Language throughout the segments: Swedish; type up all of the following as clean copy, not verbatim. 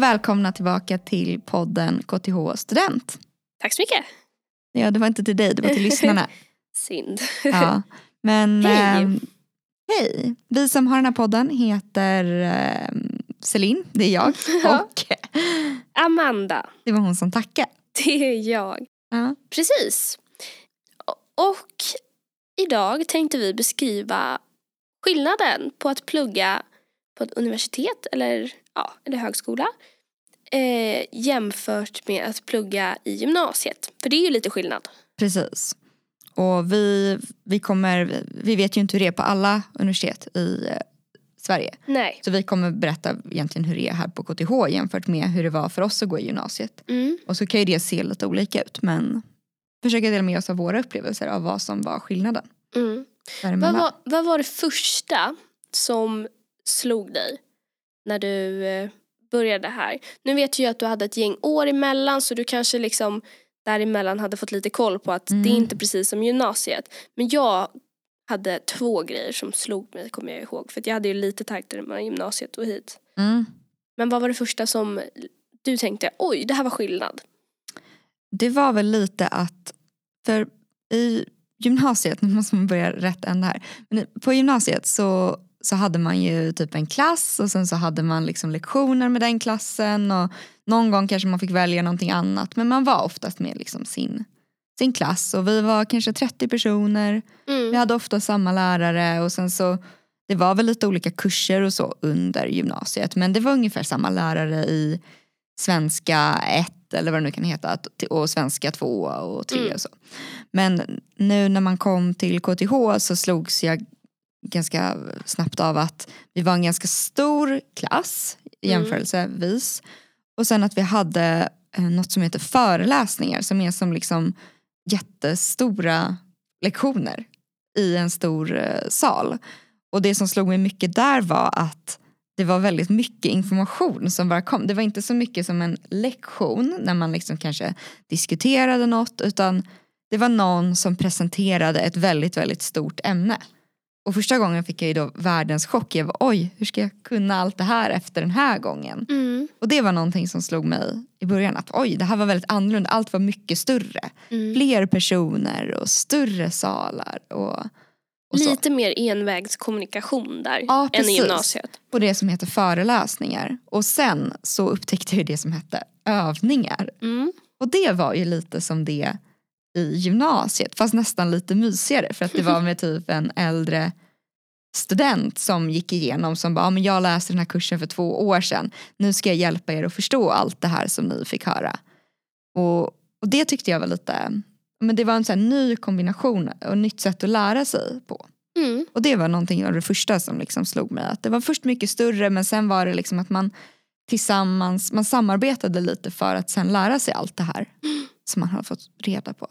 välkomna tillbaka till podden KTH Student. Tack så mycket. Ja, det var inte till dig, det var till lyssnarna. Synd. Ja, men Hej. hej. Vi som har den här podden heter Celine, det är jag. Ja. Och Amanda. det var hon som tackade. Det är jag. Ja. Precis. Och idag tänkte vi beskriva skillnaden på att plugga på ett universitet eller högskola jämfört med att plugga i gymnasiet. För det är ju lite skillnad. Precis. Och vi vet ju inte hur det är på alla universitet i Sverige. Nej. Så vi kommer berätta egentligen hur det är här på KTH jämfört med hur det var för oss att gå i gymnasiet. Mm. Och så kan ju det se lite olika ut, men försöka dela med oss av våra upplevelser av vad som var skillnaden. Mm. Vad var det första som slog dig när du började här? Nu vet jag att du hade ett gäng år emellan, så du kanske liksom däremellan hade fått lite koll på att det är inte precis som gymnasiet. Men jag hade 2 grejer som slog mig, kommer jag ihåg. För att jag hade ju lite tajtare med gymnasiet och hit. Mm. Men vad var det första som du tänkte, oj, det här var skillnad? Det var väl lite att, för i gymnasiet, nu måste man börja rätt ända här. Men på gymnasiet så hade man ju typ en klass och sen så hade man liksom lektioner med den klassen och någon gång kanske man fick välja någonting annat. Men man var oftast med liksom sin klass och vi var kanske 30 personer. Vi hade ofta samma lärare och sen så det var väl lite olika kurser och så under gymnasiet. Men det var ungefär samma lärare i svenska 1 eller vad det nu kan heta och svenska 2 och 3 och så. Men nu när man kom till KTH så slogs jag ganska snabbt av att vi var en ganska stor klass jämförelsevis. Och sen att vi hade något som heter föreläsningar som är som liksom jättestora lektioner i en stor sal. Och det som slog mig mycket där var att det var väldigt mycket information som bara kom. Det var inte så mycket som en lektion när man liksom kanske diskuterade något, utan det var någon som presenterade ett väldigt, väldigt stort ämne. Och första gången fick jag ju då världens chock. Jag var, oj, hur ska jag kunna allt det här efter den här gången? Och det var någonting som slog mig i början. Att oj, det här var väldigt annorlunda. Allt var mycket större. Fler personer och större salar. Och lite mer envägskommunikation där än i gymnasiet. På det som heter föreläsningar. Och sen så upptäckte jag det som hette övningar. Och det var ju lite som det i gymnasiet, fast nästan lite mysigare för att det var med typ en äldre student som gick igenom som bara, men jag läste den här kursen för 2 år sedan, nu ska jag hjälpa er att förstå allt det här som ni fick höra. Och det tyckte jag var lite, men det var en sån här ny kombination och nytt sätt att lära sig på. Och det var någonting av det första som liksom slog mig, att det var först mycket större, men sen var det liksom att man tillsammans, man samarbetade lite för att sen lära sig allt det här som man har fått reda på.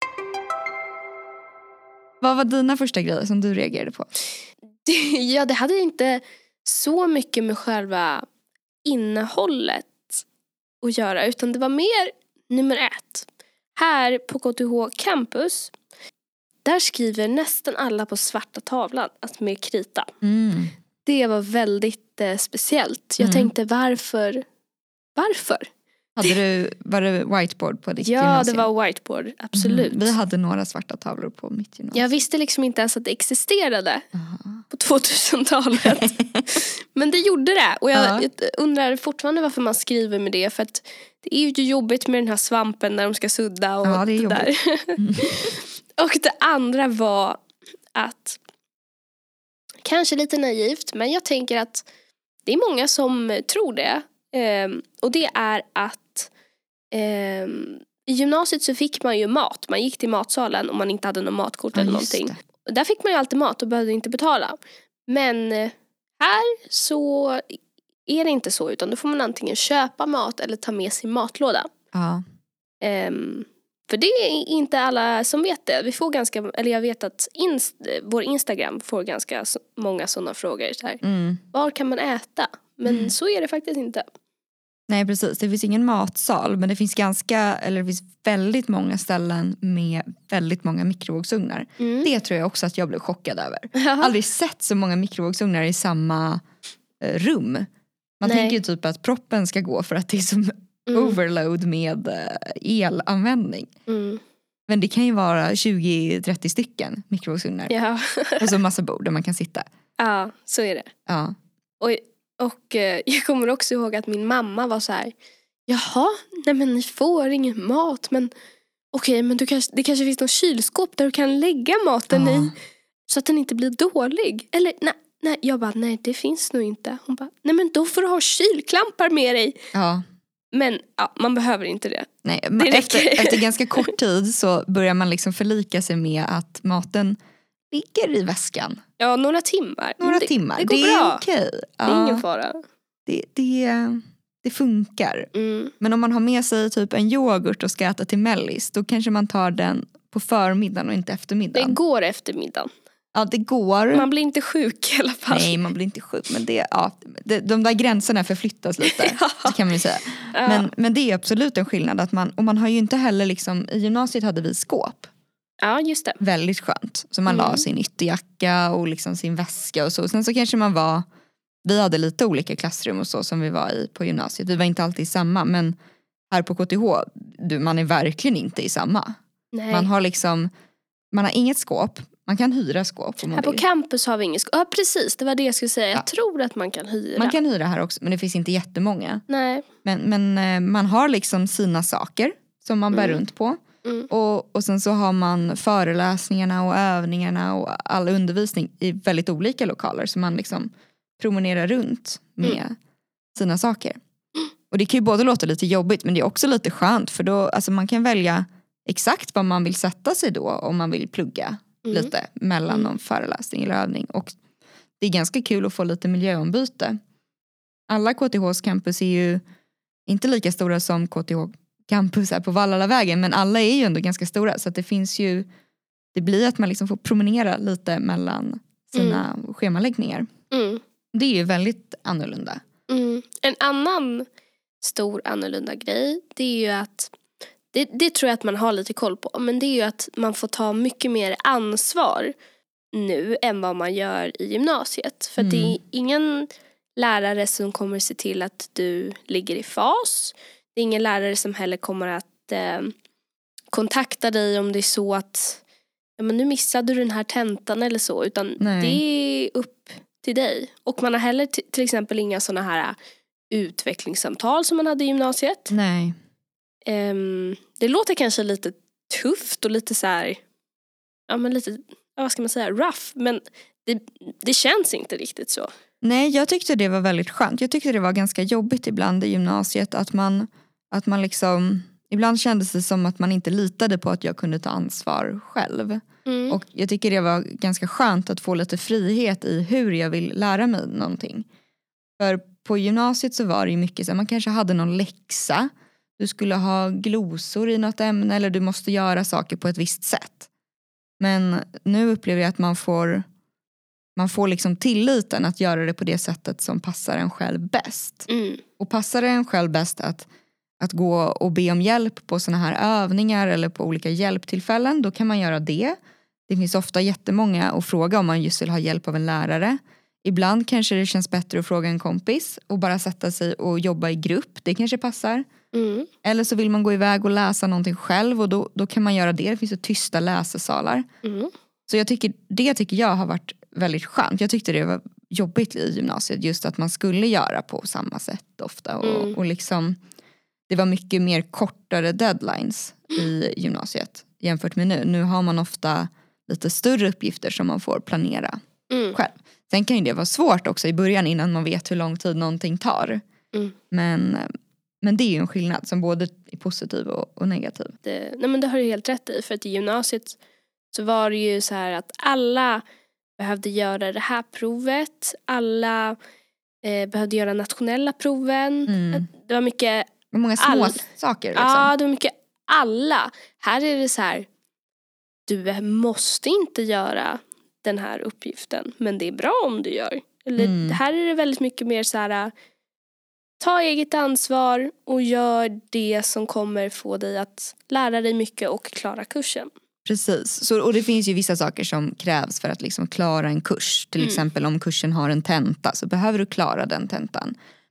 Vad var dina första grejer som du reagerade på? Det hade inte så mycket med själva innehållet att göra, utan det var mer nummer 1. Här på KTH Campus, där skriver nästan alla på svarta tavlan, alltså med krita. Det var väldigt speciellt. Jag tänkte, varför? Var det whiteboard på ditt gymnasium? gymnasium? Ja, det var whiteboard, absolut. Vi hade några svarta tavlor på mitt gymnasium. Jag visste liksom inte ens att det existerade på 2000-talet. Men det gjorde det. Och jag undrar fortfarande varför man skriver med det. För att det är ju jobbigt med den här svampen när de ska sudda och det är där. Och det andra var att, kanske lite naivt, men jag tänker att det är många som tror det. Och det är att i gymnasiet så fick man ju mat. Man gick till matsalen om man inte hade någon matkort eller någonting. Och där fick man ju alltid mat och behövde inte betala. Men här så är det inte så, utan då får man antingen köpa mat eller ta med sin matlåda. För det är inte alla som vet det. Vi får ganska, eller jag vet att vår Instagram får ganska många sådana frågor så här. Var kan man äta? Men så är det faktiskt inte. Nej, precis. Det finns ingen matsal, men det finns det finns väldigt många ställen med väldigt många mikrovågsugnar. Det tror jag också att jag blev chockad över. Jag har aldrig sett så många mikrovågsugnar i samma rum. Man tänker ju typ att proppen ska gå för att det är som overload med elanvändning. Men det kan ju vara 20-30 stycken mikrovågsugnar. Ja. Och så massa bord där man kan sitta. Ja, så är det. Ja. Och jag kommer också ihåg att min mamma var så här: jaha, nej men ni får ingen mat, men okej, men det kanske finns någon kylskåp där du kan lägga maten i så att den inte blir dålig. Eller nej, jag bara, nej det finns nog inte. Hon bara, nej men då får du ha kylklampar med dig. Ja. Men man behöver inte det. Nej, efter ganska kort tid så börjar man liksom förlika sig med att maten ligger i väskan. Ja, några timmar. Det går det bra. Är okej. Det är ingen fara. Det funkar. Men om man har med sig typ en yoghurt och ska äta till mellis, då kanske man tar den på förmiddagen och inte eftermiddagen. Det går eftermiddagen. Ja, det går. Man blir inte sjuk i alla fall. Nej, man blir inte sjuk. Men de där gränserna förflyttas lite, så kan man ju säga. Ja. Men det är absolut en skillnad. Att man har ju inte heller liksom, i gymnasiet hade vi skåp. Ja, just det. Väldigt skönt. Så man la sin ytterjacka och liksom sin väska och så. Sen så kanske vi hade lite olika klassrum och så som vi var i på gymnasiet. Vi var inte alltid i samma, men här på KTH, man är verkligen inte i samma. Nej. Man har inget skåp. Man kan hyra skåp. Här på campus har vi inget skåp. Ja, precis. Det var det jag skulle säga. Jag tror att man kan hyra. Man kan hyra här också, men det finns inte jättemånga. Nej. Men man har liksom sina saker som man bär runt på. Och sen så har man föreläsningarna och övningarna och all undervisning i väldigt olika lokaler. Så man liksom promenerar runt med sina saker. Och det kan ju både låta lite jobbigt, men det är också lite skönt. För då, alltså man kan välja exakt vad man vill sätta sig då om man vill plugga lite mellan någon föreläsning eller övning. Och det är ganska kul att få lite miljöombyte. Alla KTHs campus är ju inte lika stora som KTH campus här på Vallalavägen, men alla är ju ändå ganska stora, så att det blir att man liksom får promenera lite mellan sina schemaläggningar. Det är ju väldigt annorlunda. En annan stor annorlunda grej, det är ju att det tror jag att man har lite koll på, men det är ju att man får ta mycket mer ansvar nu än vad man gör i gymnasiet. För att det är ingen lärare som kommer se till att du ligger i fas. Det är ingen lärare som heller kommer att kontakta dig om det är så att men nu missade du den här tentan eller så. Utan det är upp till dig. Och man har heller till exempel inga såna här utvecklingssamtal som man hade i gymnasiet. Nej. Det låter kanske lite tufft och lite så här, ja men lite, vad ska man säga, rough. Men det känns inte riktigt så. Nej, jag tyckte det var väldigt skönt. Jag tyckte det var ganska jobbigt ibland i gymnasiet att man liksom, ibland kändes det som att man inte litade på att jag kunde ta ansvar själv. Och jag tycker det var ganska skönt att få lite frihet i hur jag vill lära mig någonting. För på gymnasiet så var det ju mycket så man kanske hade någon läxa. Du skulle ha glosor i något ämne eller du måste göra saker på ett visst sätt. Men nu upplever jag att man får liksom tilliten att göra det på det sättet som passar en själv bäst. Och passar det en själv bäst att gå och be om hjälp på såna här övningar eller på olika hjälptillfällen, då kan man göra det. Det finns ofta jättemånga att fråga om man just vill ha hjälp av en lärare. Ibland kanske det känns bättre att fråga en kompis och bara sätta sig och jobba i grupp. Det kanske passar. Eller så vill man gå iväg och läsa någonting själv och då kan man göra det. Det finns ju tysta läsesalar. Så det tycker jag har varit väldigt skönt. Jag tyckte det var jobbigt i gymnasiet just att man skulle göra på samma sätt ofta. Och liksom, det var mycket mer kortare deadlines i gymnasiet jämfört med nu. Nu har man ofta lite större uppgifter som man får planera själv. Sen kan ju det vara svårt också i början innan man vet hur lång tid någonting tar. Men det är ju en skillnad som både är positiv och negativ. Nej men det har du helt rätt i. För att i gymnasiet så var det ju så här att alla behövde göra det här provet. Alla behövde göra nationella proven. Det var mycket... Många små saker liksom. Ja, det var mycket alla. Här är det så här, du måste inte göra den här uppgiften, men det är bra om du gör. Eller här är det väldigt mycket mer så här, ta eget ansvar och gör det som kommer få dig att lära dig mycket och klara kursen. Precis, och det finns ju vissa saker som krävs för att liksom klara en kurs. Till exempel om kursen har en tenta så behöver du klara den tentan.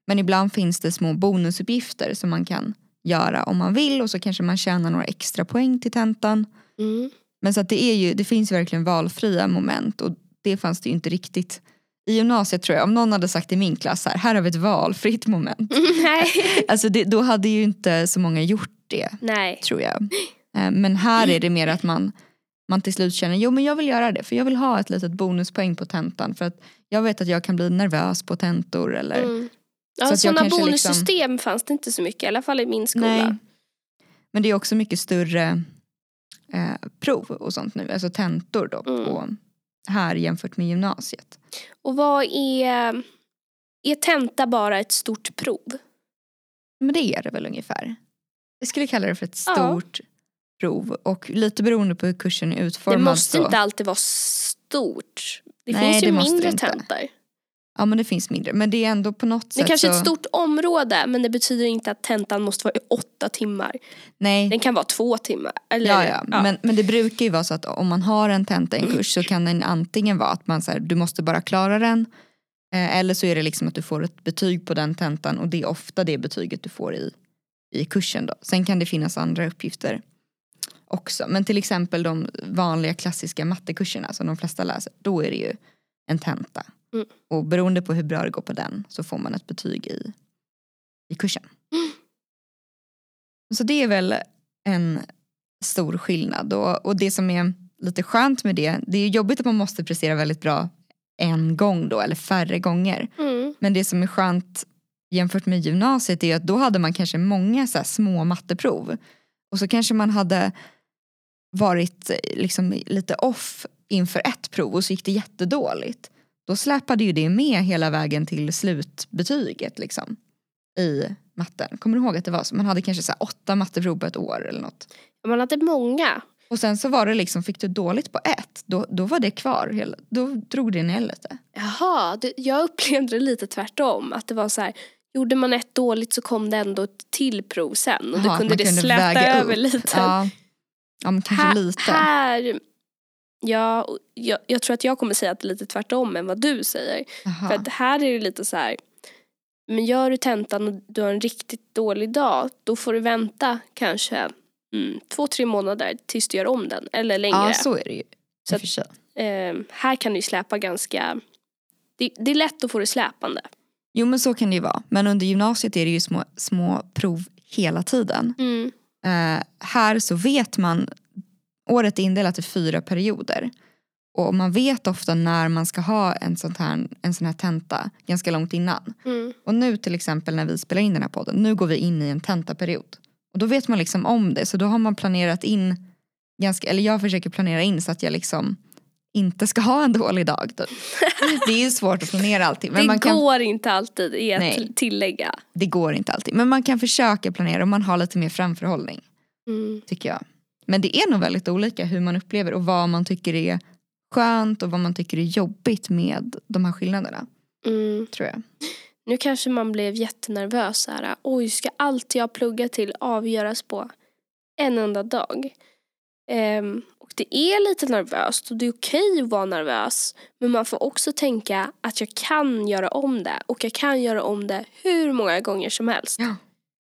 Men ibland finns det små bonusuppgifter som man kan göra om man vill. Och så kanske man tjänar några extra poäng till tentan. Men så att det finns verkligen valfria moment. Och det fanns det ju inte riktigt i gymnasiet, tror jag. Om någon hade sagt i min klass här har vi ett valfritt moment. Nej. Alltså då hade ju inte så många gjort det. Nej. Tror jag. Men här är det mer att man till slut känner, jo men jag vill göra det. För jag vill ha ett litet bonuspoäng på tentan. För att jag vet att jag kan bli nervös på tentor. Eller, ja, så sådana bonussystem fanns det inte så mycket. I alla fall i min skola. Nej. Men det är också mycket större prov och sånt nu. Alltså tentor då på här jämfört med gymnasiet. Och vad är tenta bara ett stort prov? Men det är det väl ungefär. Jag skulle kalla det för ett stort prov. Och lite beroende på hur kursen är utformad. Det måste inte alltid vara stort. Det finns ju mindre tentor. Ja, men det finns mindre. Men det är ändå på något sätt. Det är kanske ett stort område, men det betyder inte att tentan måste vara 8 timmar. Nej. Den kan vara 2 timmar. Eller, ja. Men det brukar ju vara så att om man har en tenta i en kurs så kan den antingen vara att man så här, du måste bara klara den. Eller så är det liksom att du får ett betyg på den tentan och det är ofta det betyget du får i kursen då. Sen kan det finnas andra uppgifter också. Men till exempel de vanliga klassiska mattekurserna som de flesta läser, då är det ju en tenta. Och beroende på hur bra det går på den så får man ett betyg i kursen. Så det är väl en stor skillnad. Och det som är lite skönt med det är ju jobbigt att man måste prestera väldigt bra en gång då, eller färre gånger. Men det som är skönt jämfört med gymnasiet är att då hade man kanske många så här små matteprov. Och så kanske man hade varit liksom lite off inför ett prov och så gick det jättedåligt. Då släpade ju det med hela vägen till slutbetyget liksom, i matten. Kommer du ihåg att det var så? Man hade kanske så här 8 matteprov på ett år eller något. Man hade många. Och sen så var det liksom, fick du dåligt på ett, då var det kvar. Då drog det ner lite. Jaha, jag upplevde det lite tvärtom. Att det var så här, gjorde man ett dåligt så kom det ändå ett till prov sen. Och då kunde det släta över lite. Ja, men kanske lite. Här, jag tror att jag kommer säga att det är lite tvärtom än vad du säger. Aha. För att här är det lite så här, men gör du tentan och du har en riktigt dålig dag, då får du vänta kanske 2-3 månader tills du gör om den. Eller längre. Ja, så är det ju. Så att, här kan du ju släpa ganska... Det är lätt att få det släpande. Jo, men så kan det ju vara. Men under gymnasiet är det ju små prov hela tiden. Här så vet man... Året är indelat i 4 perioder. Och man vet ofta när man ska ha en sån här tenta ganska långt innan. Och nu till exempel när vi spelar in den här podden, nu går vi in i en tentaperiod. Och då vet man liksom om det. Så då har man planerat in eller jag försöker planera in så att jag liksom inte ska ha en dålig dag. Det är ju svårt att planera alltid. Men det går inte alltid att tillägga. Det går inte alltid. Men man kan försöka planera och man har lite mer framförhållning. Tycker jag. Men det är nog väldigt olika hur man upplever och vad man tycker är skönt och vad man tycker är jobbigt med de här skillnaderna. Tror jag. Nu kanske man blev jättenervös här. Oj, ska allt jag pluggar till avgöras på en enda dag? Och det är lite nervöst och det är okej att vara nervös. Men man får också tänka att jag kan göra om det. Och jag kan göra om det hur många gånger som helst. Ja.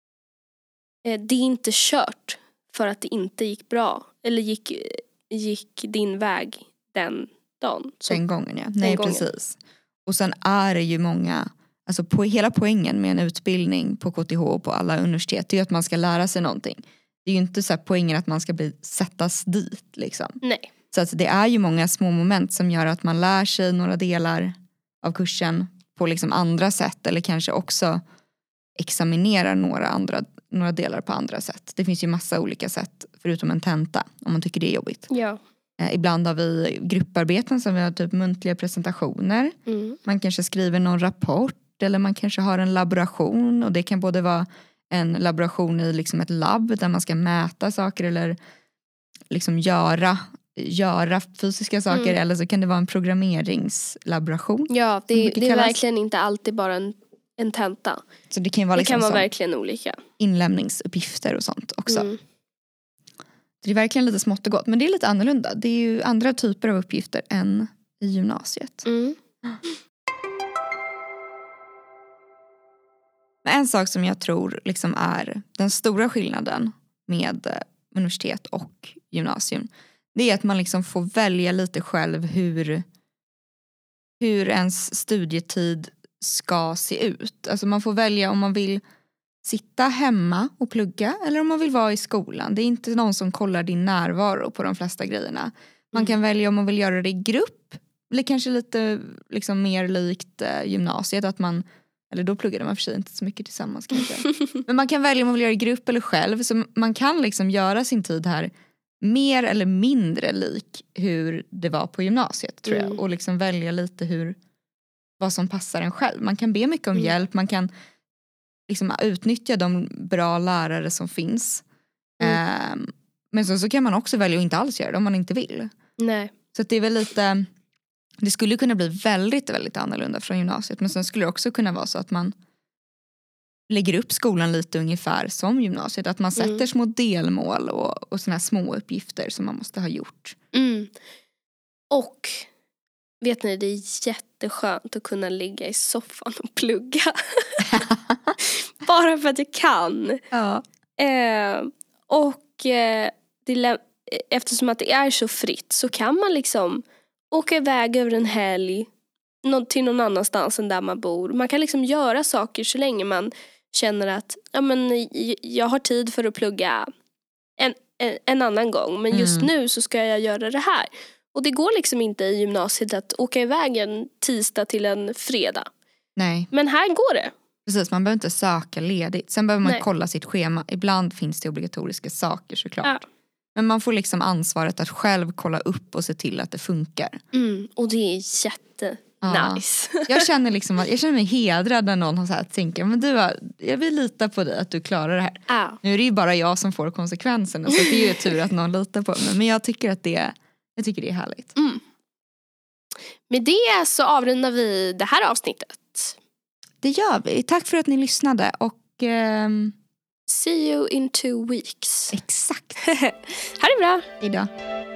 Det är inte kört för att det inte gick bra. Eller gick din väg den dagen. Den gången, ja. Nej, precis. Och sen är det ju många... Alltså hela poängen med en utbildning på KTH och på alla universitet är ju att man ska lära sig någonting. Det är ju inte så här poängen att man ska sättas dit liksom. Nej. Så att det är ju många små moment som gör att man lär sig några delar av kursen på liksom andra sätt. Eller kanske också examinerar några delar på andra sätt. Det finns ju massa olika sätt förutom en tenta om man tycker det är jobbigt. Ja. Ibland har vi grupparbeten som vi har typ muntliga presentationer. Man kanske skriver någon rapport eller man kanske har en laboration och det kan både vara en laboration i liksom ett labb där man ska mäta saker eller liksom göra fysiska saker eller så kan det vara en programmeringslaboration. Ja, det är verkligen inte alltid bara en tenta. Så det kan vara, liksom det kan vara verkligen olika. Inlämningsuppgifter och sånt också. Det är verkligen lite smått och gott. Men det är lite annorlunda. Det är ju andra typer av uppgifter än i gymnasiet. Men en sak som jag tror liksom är den stora skillnaden med universitet och gymnasium, det är att man liksom får välja lite själv hur ens studietid ska se ut. Alltså man får välja om man vill sitta hemma och plugga eller om man vill vara i skolan. Det är inte någon som kollar din närvaro på de flesta grejerna. Man kan välja om man vill göra det i grupp, eller kanske lite liksom mer likt gymnasiet, att man, eller då pluggade man för sig inte så mycket tillsammans kanske. Men man kan välja om man vill göra det i grupp eller själv, så man kan liksom göra sin tid här mer eller mindre lik hur det var på gymnasiet, tror jag. Och liksom välja lite vad som passar en själv. Man kan be mycket om hjälp, man kan liksom utnyttja de bra lärare som finns. Men så kan man också välja att inte alls göra det om man inte vill. Nej. Så att det är väl lite, det skulle kunna bli väldigt, väldigt annorlunda från gymnasiet. Men sen skulle det också kunna vara så att man lägger upp skolan lite ungefär som gymnasiet. Att man sätter små delmål och såna här små uppgifter som man måste ha gjort. Och vet ni, det är jätteskönt att kunna ligga i soffan och plugga. Bara för att jag kan. Ja. Eftersom att det är så fritt så kan man liksom åka iväg över en helg till någon annanstans än där man bor. Man kan liksom göra saker så länge man känner att jag har tid för att plugga en annan gång. Men just nu så ska jag göra det här. Och det går liksom inte i gymnasiet att åka iväg en tisdag till en fredag. Nej. Men här går det. Precis, man behöver inte söka ledigt. Sen behöver man kolla sitt schema. Ibland finns det obligatoriska saker såklart. Ja. Men man får liksom ansvaret att själv kolla upp och se till att det funkar. Och det är jättenice. Jag känner mig hedrad när någon har så här tänker, men jag vill lita på dig att du klarar det här. Ja. Nu är det ju bara jag som får konsekvenserna, så det är ju tur att någon litar på mig. Men jag tycker att det är härligt. Med det så avrundar vi det här avsnittet. Det gör vi. Tack för att ni lyssnade och see you in 2 weeks. Exakt. Ha det bra. Hejdå.